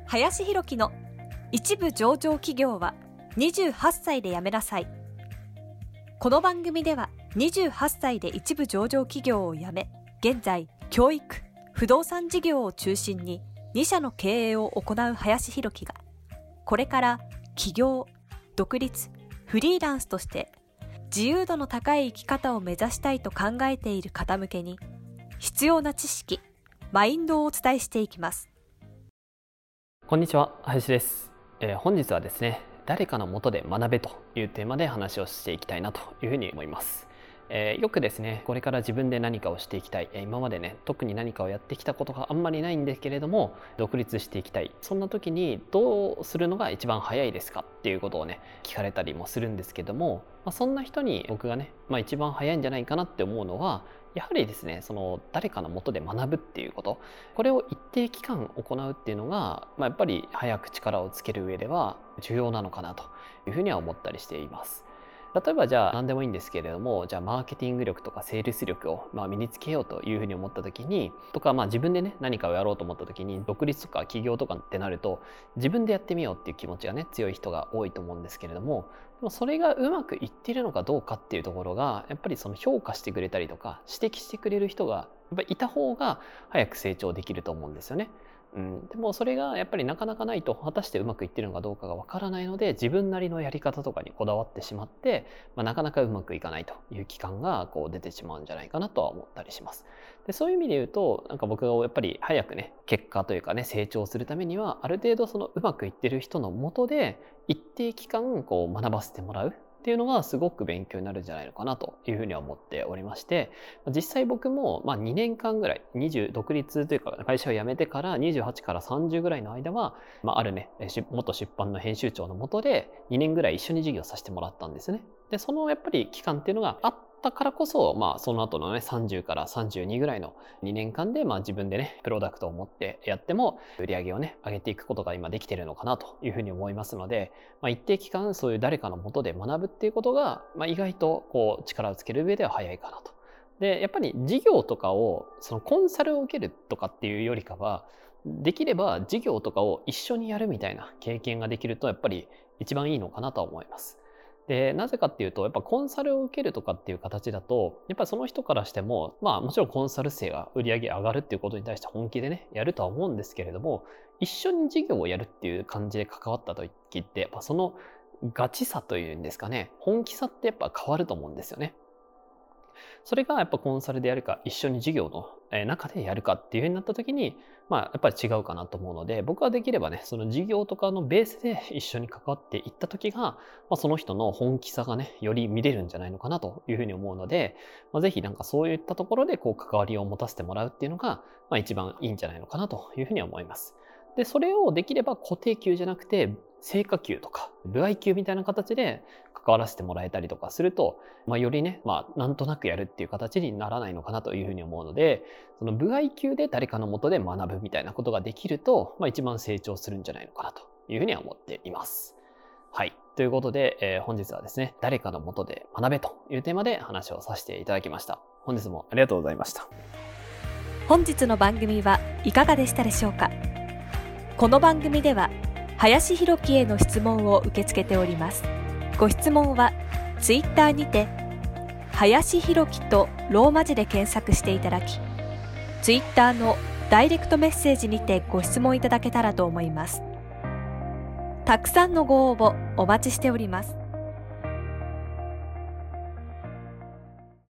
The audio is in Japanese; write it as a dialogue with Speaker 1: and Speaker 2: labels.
Speaker 1: 林弘樹の一部上場企業は28歳で辞めなさい。この番組では28歳で一部上場企業を辞め、現在教育、不動産事業を中心に2社の経営を行う林弘樹が、これから起業、独立、フリーランスとして自由度の高い生き方を目指したいと考えている方向けに、必要な知識、マインドをお伝えしていきます。
Speaker 2: こんにちは、林です。本日はですね、誰かの下で学べというテーマで話をしていきたいなというふうに思います。よくですね、これから自分で何かをしていきたい、今までね、特に何かをやってきたことがあんまりないんですけれども、独立していきたい、そんな時にどうするのが一番早いですかっていうことをね、聞かれたりもするんですけども、そんな人に僕がね、一番早いんじゃないかなって思うのは、やはりですね、その誰かの下で学ぶっていうこと、これを一定期間行うっていうのが、やっぱり早く力をつける上では重要なのかなというふうには思ったりしています。例えばじゃあ何でもいいんですけれども、じゃあマーケティング力とかセールス力を身につけようというふうに思った時に、とか自分でね何かをやろうと思った時に、独立とか起業とかってなると自分でやってみようっていう気持ちがね強い人が多いと思うんですけれども、でもそれがうまくいっているのかどうかっていうところが、やっぱりその評価してくれたりとか指摘してくれる人がやっぱりいた方が早く成長できると思うんですよね。でもそれがやっぱりなかなかないと、果たしてうまくいってるのかどうかがわからないので、自分なりのやり方とかにこだわってしまって、なかなかうまくいかないという期間が出てしまうんじゃないかなとは思ったりします。で、そういう意味で言うと、僕がやっぱり早くね結果というかね成長するためには、ある程度そのうまくいってる人の下で一定期間学ばせてもらうっていうのがすごく勉強になるんじゃないのかなというふうには思っておりまして、実際僕も2年間ぐらい独立というか会社を辞めてから28から30ぐらいの間は、あるね元出版の編集長の下で2年ぐらい一緒に授業させてもらったんですね。でそのやっぱり期間っていうのがあったからこそ、その後のね30から32ぐらいの2年間で自分でねプロダクトを持ってやっても売り上げをね上げていくことが今できているのかなというふうに思いますので、一定期間そういう誰かの下で学ぶっていうことが、意外と力をつける上では早いかなと。でやっぱり事業とかをそのコンサルを受けるとかっていうよりかは、できれば事業とかを一緒にやるみたいな経験ができるとやっぱり一番いいのかなと思います。でなぜかっていうと、やっぱコンサルを受けるとかっていう形だと、やっぱりその人からしてももちろんコンサル生が売り上げ上がるっていうことに対して本気でねやるとは思うんですけれども、一緒に事業をやるっていう感じで関わった時ってやっぱそのガチさというんですかね、本気さってやっぱ変わると思うんですよね。それがやっぱコンサルでやるか一緒に事業の中でやるかっていうふうになった時に、やっぱり違うかなと思うので、僕はできればねその事業とかのベースで一緒に関わっていった時が、その人の本気さがねより見れるんじゃないのかなというふうに思うので、ぜひそういったところで関わりを持たせてもらうっていうのが、一番いいんじゃないのかなというふうに思います。でそれをできれば固定給じゃなくて成果給とか歩合給みたいな形で関わらせてもらえたりとかすると、よりねなんとなくやるっていう形にならないのかなというふうに思うので、その歩合給で誰かの下で学ぶみたいなことができると、一番成長するんじゃないのかなというふうには思っています。はい。ということで、本日はですね、誰かの下で学べというテーマで話をさせていただきました。本日もありがとうございました。
Speaker 1: 本日の番組はいかがでしたでしょうか。この番組では林弘樹への質問を受け付けております。ご質問はツイッターにて林弘樹とローマ字で検索していただき、ツイッターのダイレクトメッセージにてご質問いただけたらと思います。たくさんのご応募お待ちしております。